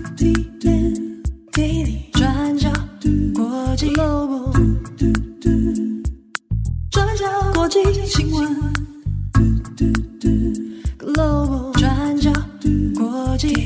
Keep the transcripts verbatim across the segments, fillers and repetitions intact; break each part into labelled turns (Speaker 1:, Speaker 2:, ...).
Speaker 1: 转角国际 Global 转角国际新闻 Global 转角国际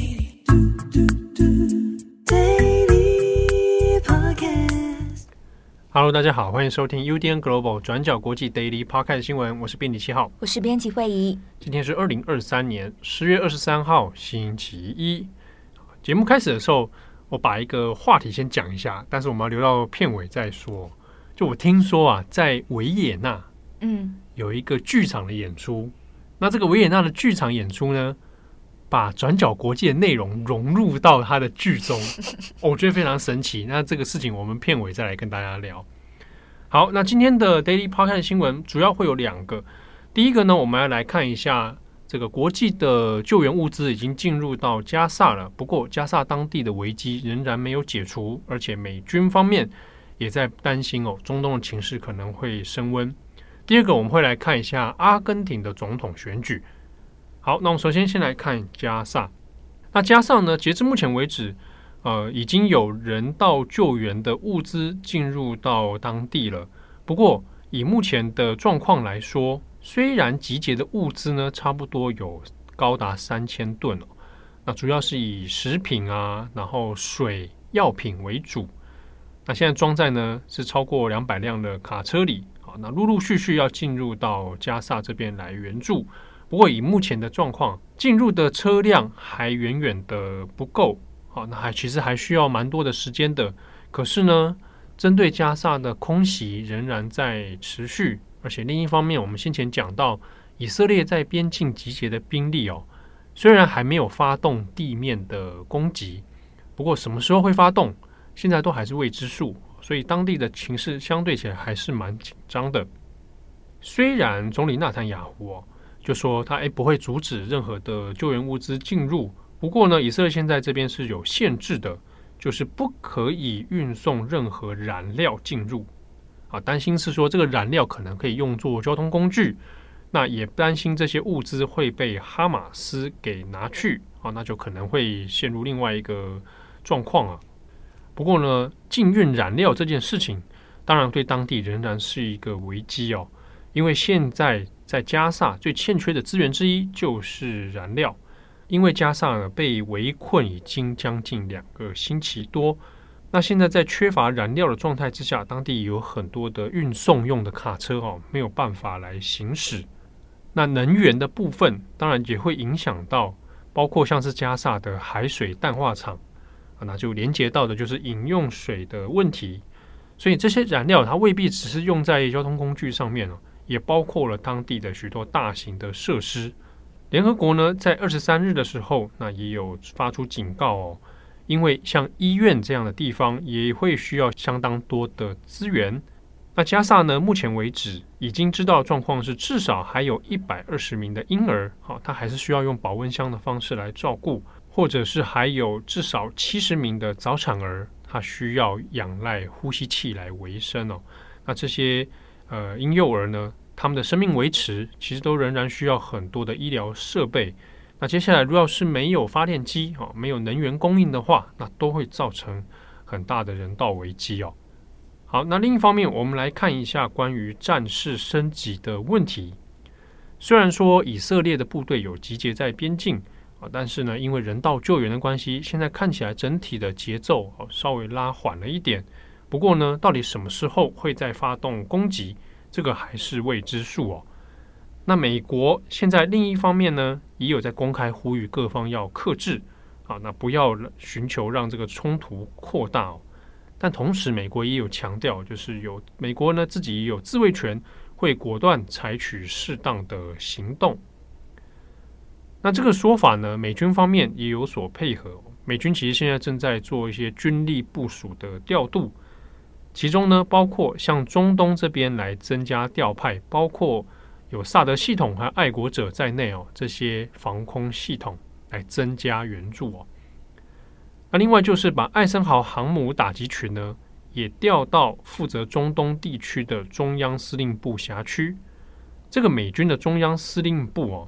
Speaker 1: Daily Podcast。
Speaker 2: Hello， 大家好，欢迎收听 U D N Global 转角国际 Daily Podcast 新闻，我是编辑七号，
Speaker 3: 我是编辑慧仪。
Speaker 2: 今天是二零二三年十月二十三号，星期一。节目开始的时候，我把一个话题先讲一下，但是我们要留到片尾再说。就我听说啊，在维也纳，嗯，有一个剧场的演出。那这个维也纳的剧场演出呢，把转角国际的内容融入到它的剧中，哦，我觉得非常神奇。那这个事情我们片尾再来跟大家聊。好，那今天的 Daily Podcast 新闻主要会有两个。第一个呢，我们要来看一下这个国际的救援物资已经进入到加萨了，不过加萨当地的危机仍然没有解除，而且美军方面也在担心哦，中东的情势可能会升温。第二个，我们会来看一下阿根廷的总统选举。好，那我们首先先来看加萨。那加萨呢，截至目前为止，呃，已经有人道救援的物资进入到当地了。不过，以目前的状况来说，虽然集结的物资呢，差不多有高达三千吨哦，那主要是以食品啊，然后水、药品为主。那现在装载呢是超过两百辆的卡车里，好，那陆陆续续要进入到加萨这边来援助。不过以目前的状况，进入的车辆还远远的不够，好，那还其实还需要蛮多的时间的。可是呢，针对加萨的空袭仍然在持续。而且另一方面，我们先前讲到以色列在边境集结的兵力哦，虽然还没有发动地面的攻击，不过什么时候会发动，现在都还是未知数，所以当地的情势相对起来还是蛮紧张的。虽然总理纳坦雅胡哦就说他诶不会阻止任何的救援物资进入，不过呢，以色列现在这边是有限制的，就是不可以运送任何燃料进入。啊，担心是说这个燃料可能可以用作交通工具，那也担心这些物资会被哈马斯给拿去，啊，那就可能会陷入另外一个状况啊。不过呢，禁运燃料这件事情，当然对当地仍然是一个危机哦，因为现在在加萨最欠缺的资源之一就是燃料，因为加萨呢被围困已经将近两个星期多。那现在在缺乏燃料的状态之下，当地有很多的运送用的卡车哦，没有办法来行驶。那能源的部分当然也会影响到，包括像是加萨的海水淡化厂，啊，那就连接到的就是饮用水的问题。所以这些燃料它未必只是用在交通工具上面哦，也包括了当地的许多大型的设施。联合国呢，在二十三日的时候，那也有发出警告哦。因为像医院这样的地方也会需要相当多的资源。那加萨呢，目前为止已经知道的状况是至少还有一百二十名的婴儿，好，他还是需要用保温箱的方式来照顾，或者是还有至少七十名的早产儿，他需要仰赖呼吸器来维生哦。那这些呃婴幼儿呢，他们的生命维持其实都仍然需要很多的医疗设备。那接下来如果是没有发电机，没有能源供应的话，那都会造成很大的人道危机哦。好，那另一方面，我们来看一下关于战事升级的问题。虽然说以色列的部队有集结在边境，但是呢，因为人道救援的关系，现在看起来整体的节奏稍微拉缓了一点。不过呢，到底什么时候会再发动攻击，这个还是未知数哦。那美国现在另一方面呢，也有在公开呼吁各方要克制啊，那不要寻求让这个冲突扩大哦。但同时，美国也有强调，就是有美国呢自己也有自卫权，会果断采取适当的行动。那这个说法呢，美军方面也有所配合。美军其实现在正在做一些军力部署的调度，其中呢包括向中东这边来增加调派，包括有萨德系统和爱国者在内哦，这些防空系统来增加援助哦。那另外就是把艾森豪航母打击群呢，也调到负责中东地区的中央司令部辖区。这个美军的中央司令部哦，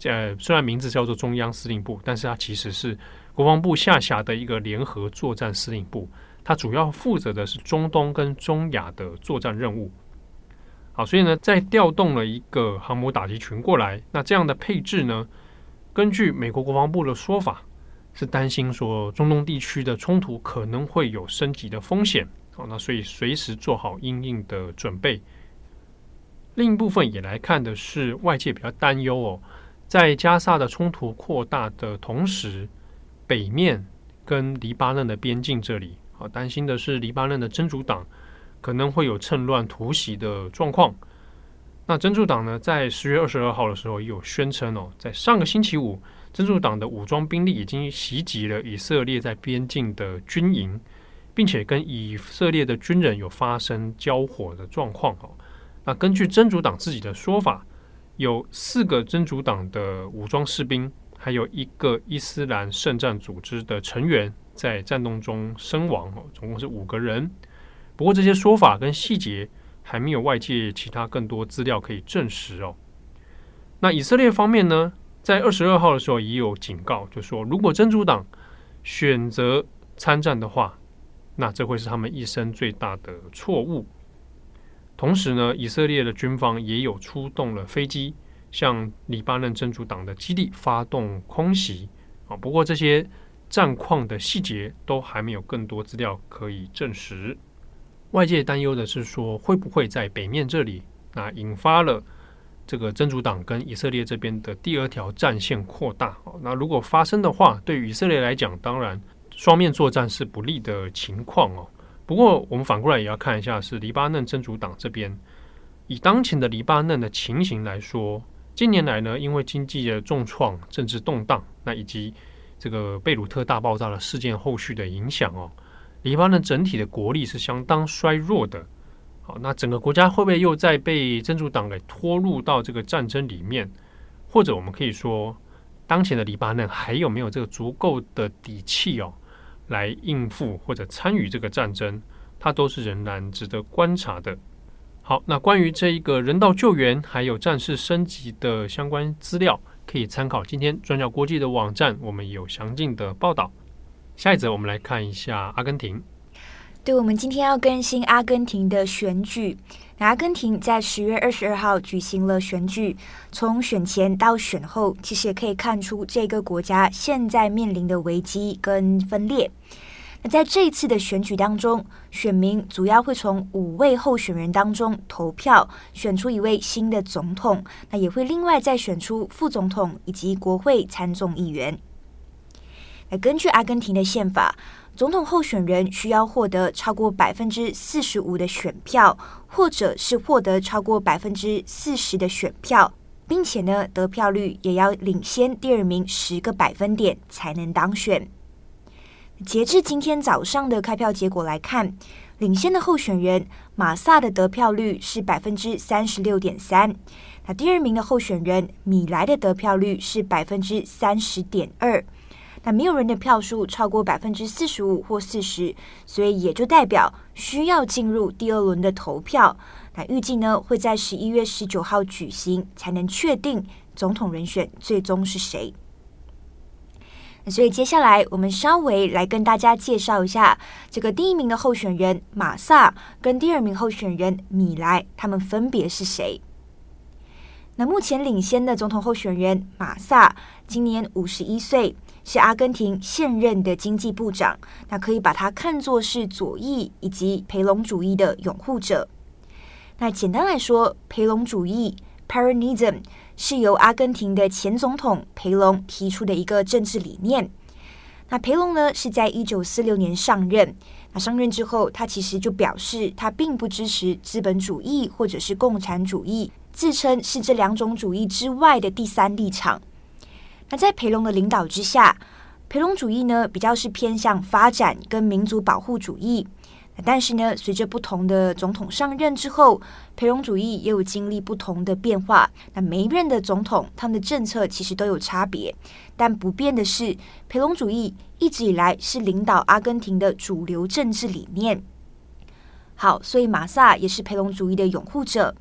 Speaker 2: 呃，虽然名字叫做中央司令部，但是它其实是国防部下辖的一个联合作战司令部，它主要负责的是中东跟中亚的作战任务。好，所以呢，在调动了一个航母打击群过来，那这样的配置呢，根据美国国防部的说法，是担心说中东地区的冲突可能会有升级的风险。好，那所以随时做好因应的准备。另一部分也来看的是外界比较担忧哦，在加沙的冲突扩大的同时，北面跟黎巴嫩的边境这里，好担心的是黎巴嫩的真主党可能会有趁乱突袭的状况。那真主党呢，在十月二十二号的时候也有宣称哦，在上个星期五，真主党的武装兵力已经袭击了以色列在边境的军营，并且跟以色列的军人有发生交火的状况哦。那根据真主党自己的说法，有四个真主党的武装士兵，还有一个伊斯兰圣战组织的成员在战斗中身亡哦，总共是五个人。不过这些说法跟细节还没有外界其他更多资料可以证实哦。那以色列方面呢，在二十二号的时候也有警告，就说如果真主党选择参战的话，那这会是他们一生最大的错误。同时呢，以色列的军方也有出动了飞机，向黎巴嫩真主党的基地发动空袭啊。不过这些战况的细节都还没有更多资料可以证实。外界担忧的是说，会不会在北面这里，那引发了这个真主党跟以色列这边的第二条战线扩大。那如果发生的话，对于以色列来讲，当然双面作战是不利的情况哦。不过我们反过来也要看一下，是黎巴嫩真主党这边，以当前的黎巴嫩的情形来说，近年来呢，因为经济的重创、政治动荡，那以及这个贝鲁特大爆炸的事件后续的影响哦，黎巴嫩整体的国力是相当衰弱的。好，那整个国家会不会又再被真主党给拖入到这个战争里面？或者我们可以说，当前的黎巴嫩还有没有这个足够的底气哦，来应付或者参与这个战争，它都是仍然值得观察的。好，那关于这一个人道救援还有战事升级的相关资料，可以参考今天转角国际的网站，我们有详尽的报道。下一则我们来看一下阿根廷。
Speaker 3: 对，我们今天要更新阿根廷的选举。阿根廷在十月二十二号举行了选举，从选前到选后，其实也可以看出这个国家现在面临的危机跟分裂。那在这一次的选举当中，选民主要会从五位候选人当中投票，选出一位新的总统，那也会另外再选出副总统以及国会参众议员。那根据阿根廷的宪法，总统候选人需要获得超过百分之四十五的选票，或者是获得超过百分之四十的选票，并且呢，得票率也要领先第二名十个百分点才能当选。截至今天早上的开票结果来看，领先的候选人马萨的得票率是百分之三十六点三，那第二名的候选人米莱的得票率是百分之三十点二。那没有人的票数超过百分之四十五或四十，所以也就代表需要进入第二轮的投票。那预计呢会在十一月十九号举行，才能确定总统人选最终是谁。那所以接下来我们稍微来跟大家介绍一下这个第一名的候选人马萨跟第二名候选人米莱，他们分别是谁？那目前领先的总统候选人马萨今年五十一岁，是阿根廷现任的经济部长，那可以把他看作是左翼以及培隆主义的拥护者。那简单来说，培隆主义 Peronism 是由阿根廷的前总统培隆提出的一个政治理念。那培隆呢是在一九四六年上任，那上任之后，他其实就表示他并不支持资本主义或者是共产主义，自称是这两种主义之外的第三立场。那在培隆的领导之下，培隆主义呢比较是偏向发展跟民族保护主义。但是呢，随着不同的总统上任之后，培隆主义也有经历不同的变化。那每一任的总统，他们的政策其实都有差别，但不变的是，培隆主义一直以来是领导阿根廷的主流政治理念。好，所以马萨也是培隆主义的拥护者。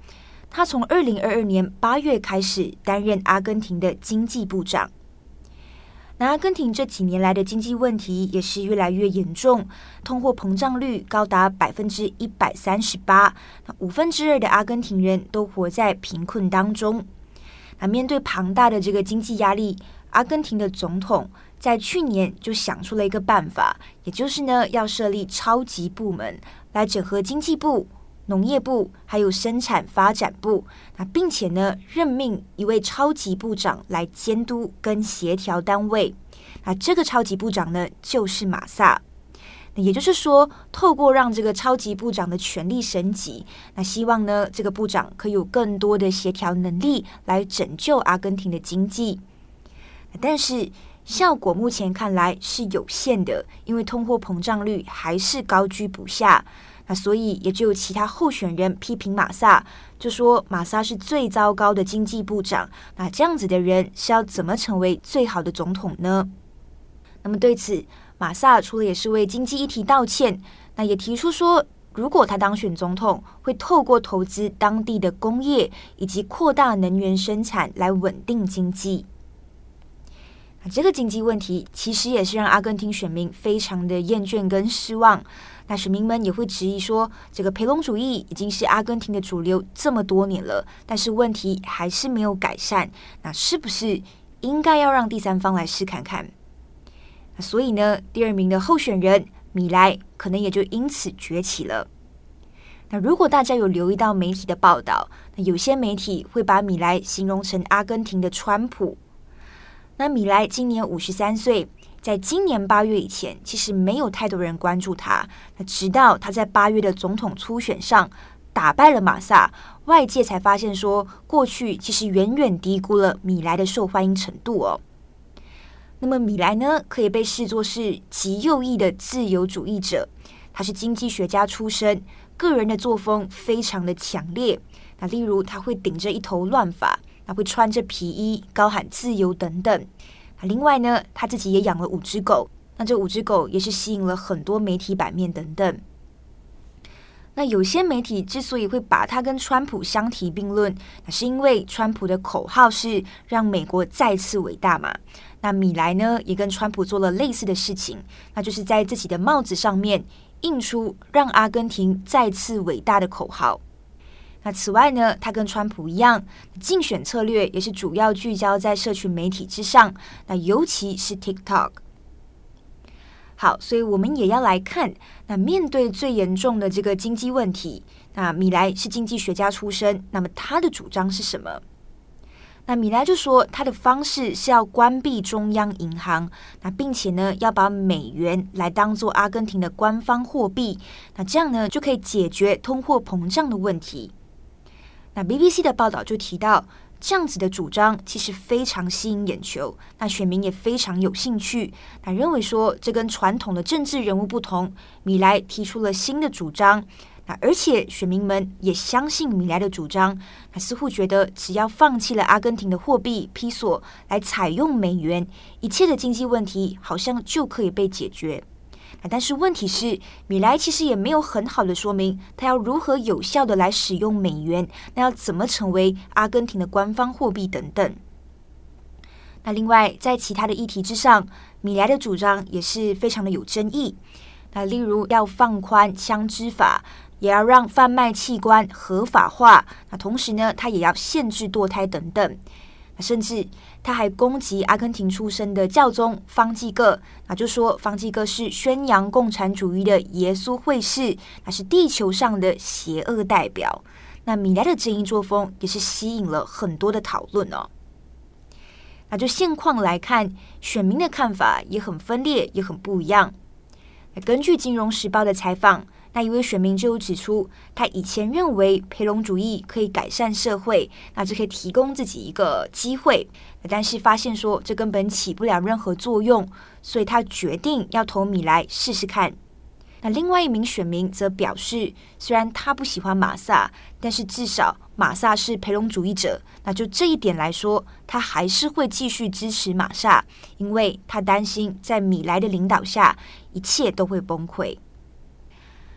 Speaker 3: 他从二零二二年八月开始担任阿根廷的经济部长。那阿根廷这几年来的经济问题也是越来越严重，通货膨胀率高达百分之一百三十八，五分之二的阿根廷人都活在贫困当中。那面对庞大的这个经济压力，阿根廷的总统在去年就想出了一个办法，也就是呢要设立超级部门来整合经济部、农业部还有生产发展部，那并且呢任命一位超级部长来监督跟协调单位。那这个超级部长呢就是马萨。那也就是说，透过让这个超级部长的权力升级，那希望呢这个部长可以有更多的协调能力来拯救阿根廷的经济。但是效果目前看来是有限的，因为通货膨胀率还是高居不下。那所以也就有其他候选人批评马萨，就说马萨是最糟糕的经济部长。那这样子的人是要怎么成为最好的总统呢？那么对此，马萨除了也是为经济议题道歉，那也提出说，如果他当选总统，会透过投资当地的工业以及扩大能源生产来稳定经济。那这个经济问题其实也是让阿根廷选民非常的厌倦跟失望。那选民们也会质疑说，这个培隆主义已经是阿根廷的主流这么多年了，但是问题还是没有改善，那是不是应该要让第三方来试看看？那所以呢，第二名的候选人米莱可能也就因此崛起了。那如果大家有留意到媒体的报道，那有些媒体会把米莱形容成阿根廷的川普。那米莱今年五十三岁，在今年八月以前，其实没有太多人关注他。那直到他在八月的总统初选上打败了马萨，外界才发现说，过去其实远远低估了米莱的受欢迎程度哦。那么米莱呢，可以被视作是极右翼的自由主义者，他是经济学家出身，个人的作风非常的强烈。那例如他会顶着一头乱发，那会穿着皮衣，高喊自由等等。另外呢，他自己也养了五只狗，那这五只狗也是吸引了很多媒体版面等等。那有些媒体之所以会把他跟川普相提并论，那是因为川普的口号是让美国再次伟大嘛。那米莱呢，也跟川普做了类似的事情，那就是在自己的帽子上面印出让阿根廷再次伟大的口号。那此外呢，他跟川普一样，竞选策略也是主要聚焦在社群媒体之上，那尤其是 TikTok。 好，所以我们也要来看，那面对最严重的这个经济问题，那米莱是经济学家出身，那么他的主张是什么？那米莱就说，他的方式是要关闭中央银行，那并且呢，要把美元来当作阿根廷的官方货币，那这样呢，就可以解决通货膨胀的问题。那 B B C 的报道就提到，这样子的主张其实非常吸引眼球，那选民也非常有兴趣，那认为说这跟传统的政治人物不同，米莱提出了新的主张，那而且选民们也相信米莱的主张，那似乎觉得只要放弃了阿根廷的货币披索，来采用美元，一切的经济问题好像就可以被解决。但是问题是，米莱其实也没有很好的说明他要如何有效的来使用美元，那要怎么成为阿根廷的官方货币等等。那另外在其他的议题之上，米莱的主张也是非常的有争议。那例如要放宽枪支法，也要让贩卖器官合法化，那同时呢，他也要限制堕胎等等。甚至他还攻击阿根廷出身的教宗方济各，那就说方济各是宣扬共产主义的耶稣会士，那是地球上的邪恶代表。那米莱的争议作风也是吸引了很多的讨论哦。那就现况来看，选民的看法也很分裂，也很不一样。根据《金融时报》的采访，那一位选民就有指出，他以前认为培隆主义可以改善社会，那这可以提供自己一个机会，但是发现说这根本起不了任何作用，所以他决定要投米莱试试看。那另外一名选民则表示，虽然他不喜欢马萨，但是至少马萨是培隆主义者，那就这一点来说，他还是会继续支持马萨，因为他担心在米莱的领导下，一切都会崩溃。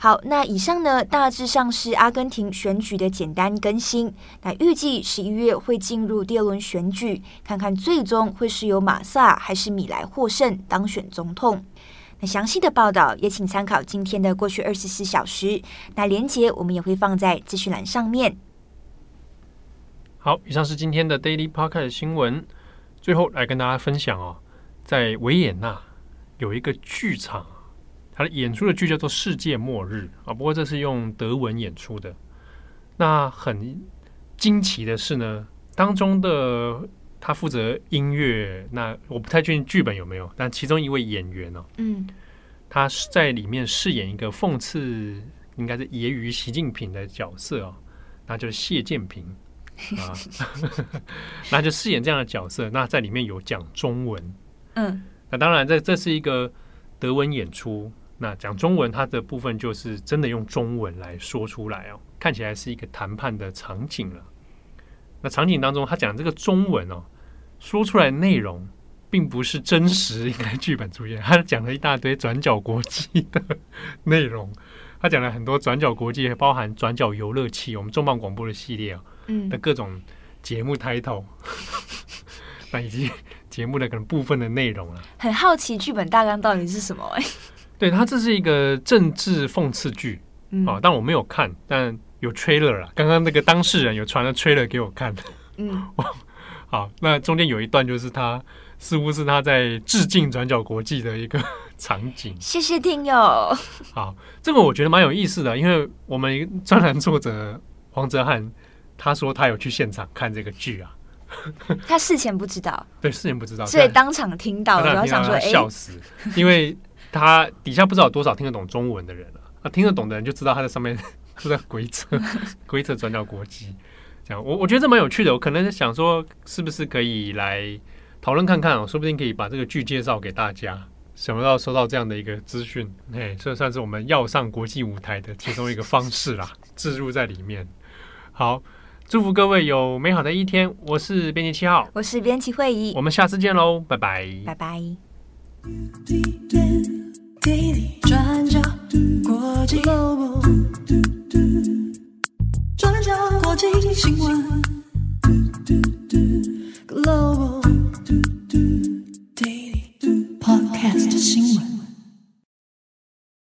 Speaker 3: 好，那以上呢大致上是阿根廷选举的简单更新。那预计十一月会进入第二轮选举，看看最终会是由马萨还是米莱获胜当选总统。那详细的报道也请参考今天的过去二十四小时，那连结我们也会放在资讯栏上面。
Speaker 2: 好，以上是今天的 Daily Podcast 新闻。最后来跟大家分享哦，在维也纳有一个剧场，它的演出的剧叫做《世界末日》啊，不过这是用德文演出的。那很惊奇的是呢，当中的他负责音乐，那我不太确定剧本有没有，但其中一位演员哦，
Speaker 3: 嗯，他
Speaker 2: 在里面饰演一个讽刺，应该是揶揄习近平的角色哦，那就是谢建平。啊，那就饰演这样的角色，那在里面有讲中文，
Speaker 3: 嗯，
Speaker 2: 那当然这这是一个德文演出，那讲中文它的部分就是真的用中文来说出来哦，看起来是一个谈判的场景了。那场景当中他讲这个中文哦，说出来的内容并不是真实应该剧本出现，他讲了一大堆转角国际的内容，他讲了很多转角国际，包含转角游乐器，我们重磅广播的系列啊、哦。
Speaker 3: 嗯、
Speaker 2: 的各种节目 title 那以及节目的可能部分的内容了。
Speaker 3: 很好奇剧本大纲到底是什么、欸、
Speaker 2: 对，它这是一个政治讽刺剧、嗯哦、但我没有看，但有 trailer 啦，刚刚那个当事人有传了 trailer 给我看。
Speaker 3: 嗯，
Speaker 2: 好，那中间有一段就是他似乎是他在致敬转角国际的一个场景。
Speaker 3: 谢谢听友。
Speaker 2: 好，这个我觉得蛮有意思的，因为我们专栏作者黄哲翰他说他有去现场看这个剧啊，
Speaker 3: 他事前不知道，
Speaker 2: 对，事前不知道，
Speaker 3: 所以当场听到，然后想说，哎，
Speaker 2: 笑死，因为他底下不知道有多少听得懂中文的人啊，啊听得懂的人就知道他在上面是在鬼扯鬼扯转角国际，这样我我觉得这蛮有趣的，我可能想说是不是可以来讨论看看哦，说不定可以把这个剧介绍给大家。想不到收到这样的一个资讯，嘿，这算是我们要上国际舞台的其中一个方式啦，置入在里面。好。祝福各位有美好的一天，我是编辑七号，
Speaker 3: 我是编辑慧仪，
Speaker 2: 我们下次见喽，拜拜，
Speaker 3: 拜拜。